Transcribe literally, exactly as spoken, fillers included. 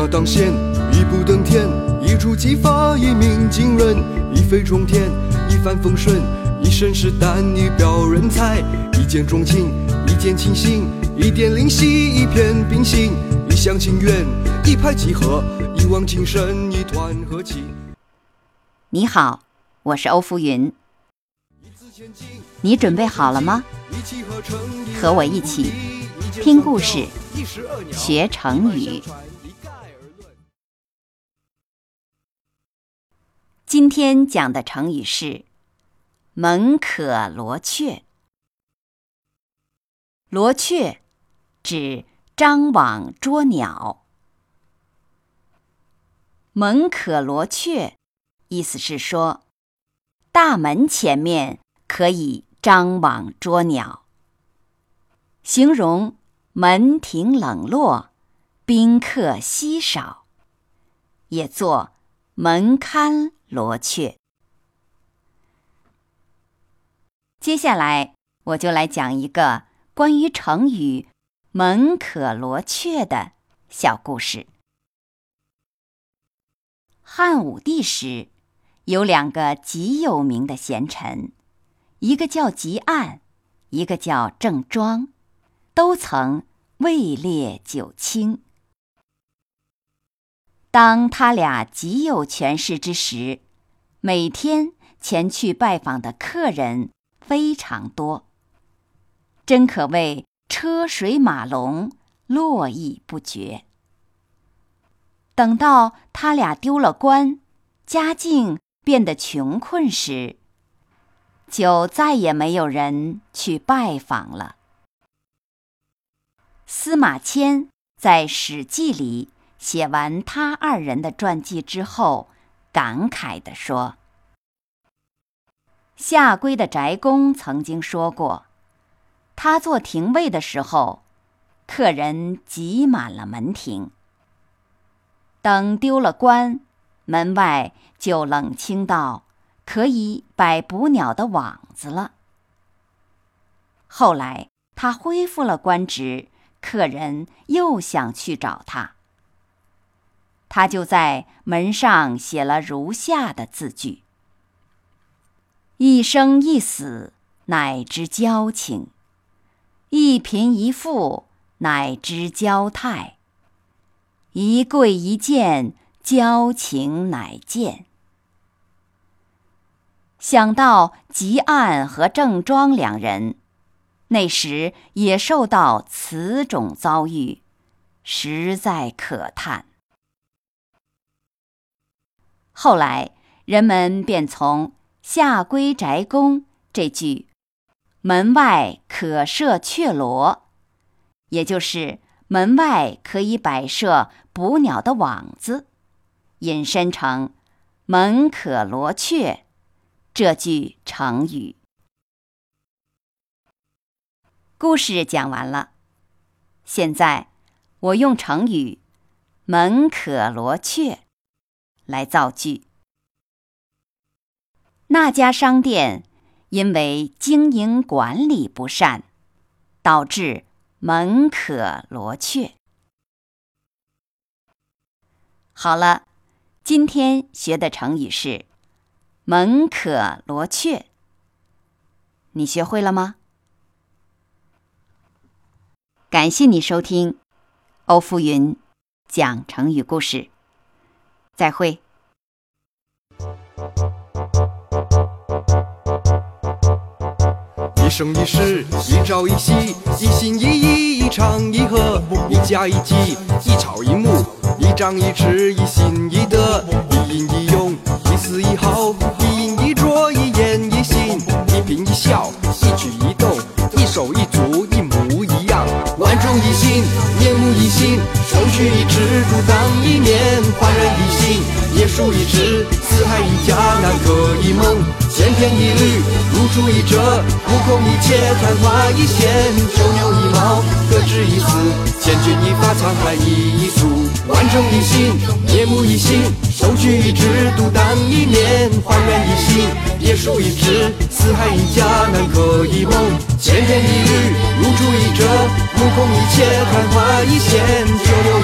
马当先，一步登天，一触即发，一鸣惊人，一飞冲天，一帆风顺，一身是胆，一表人才，一见钟情，一见倾心，一点灵犀，一片冰心，一厢情愿，一拍即合，一往情深，一团和气。 你好，我是欧福云，你准备好了吗？和我一起听故事，学成语。今天讲的成语是门可罗雀。罗雀指张网捉鸟。门可罗雀意思是说，大门前面可以张网捉鸟，形容门庭冷落，宾客稀少，也作门槛罗雀。接下来我就来讲一个关于成语门可罗雀的小故事。汉武帝时，有两个极有名的贤臣，一个叫汲黯，一个叫郑庄，都曾位列九卿。当他俩极有权势之时，每天前去拜访的客人非常多，真可谓车水马龙，络绎不绝。等到他俩丢了官，家境变得穷困时，就再也没有人去拜访了。司马迁在《史记》里写完他二人的传记之后，感慨地说：夏圭的翟公曾经说过，他做廷尉的时候，客人挤满了门庭，等丢了官，门外就冷清到可以摆捕鸟的网子了。后来他恢复了官职，客人又想去找他，他就在门上写了如下的字句：一生一死，乃知交情；一贫一富，乃知交态；一贵一贱，交情乃见。想到汲黯和郑庄两人那时也受到此种遭遇，实在可叹。后来人们便从夏圭翟公这句门外可设雀罗，也就是门外可以摆设捕鸟的网子，引申成门可罗雀这句成语。故事讲完了，现在我用成语门可罗雀来造句。那家商店因为经营管理不善，导致门可罗雀。好了，今天学的成语是门可罗雀，你学会了吗？感谢你收听欧福云讲成语故事，再会。 一生一世，一朝一夕，一心一意，一唱一和，一家一计，一草一木，一张一弛，一心一德，一饮一用，一丝一毫，一饮一啄，一言一行，一颦一笑，一举一动，一手一足，一模一样，万众一心，面目一新，手取一指，独当一面，焕然一新，叶树一枝，四海一家，南柯一梦，千篇一律，如出一辙，目空一切，昙花一现，九牛一毛，各执一词，千钧一发，沧海一粟，万众一心，面目一新，手取一指，独当一面，焕然一新，叶树一枝，四海一家，南柯一梦，千篇一律，如出一辙，目空一切，昙花一现，九牛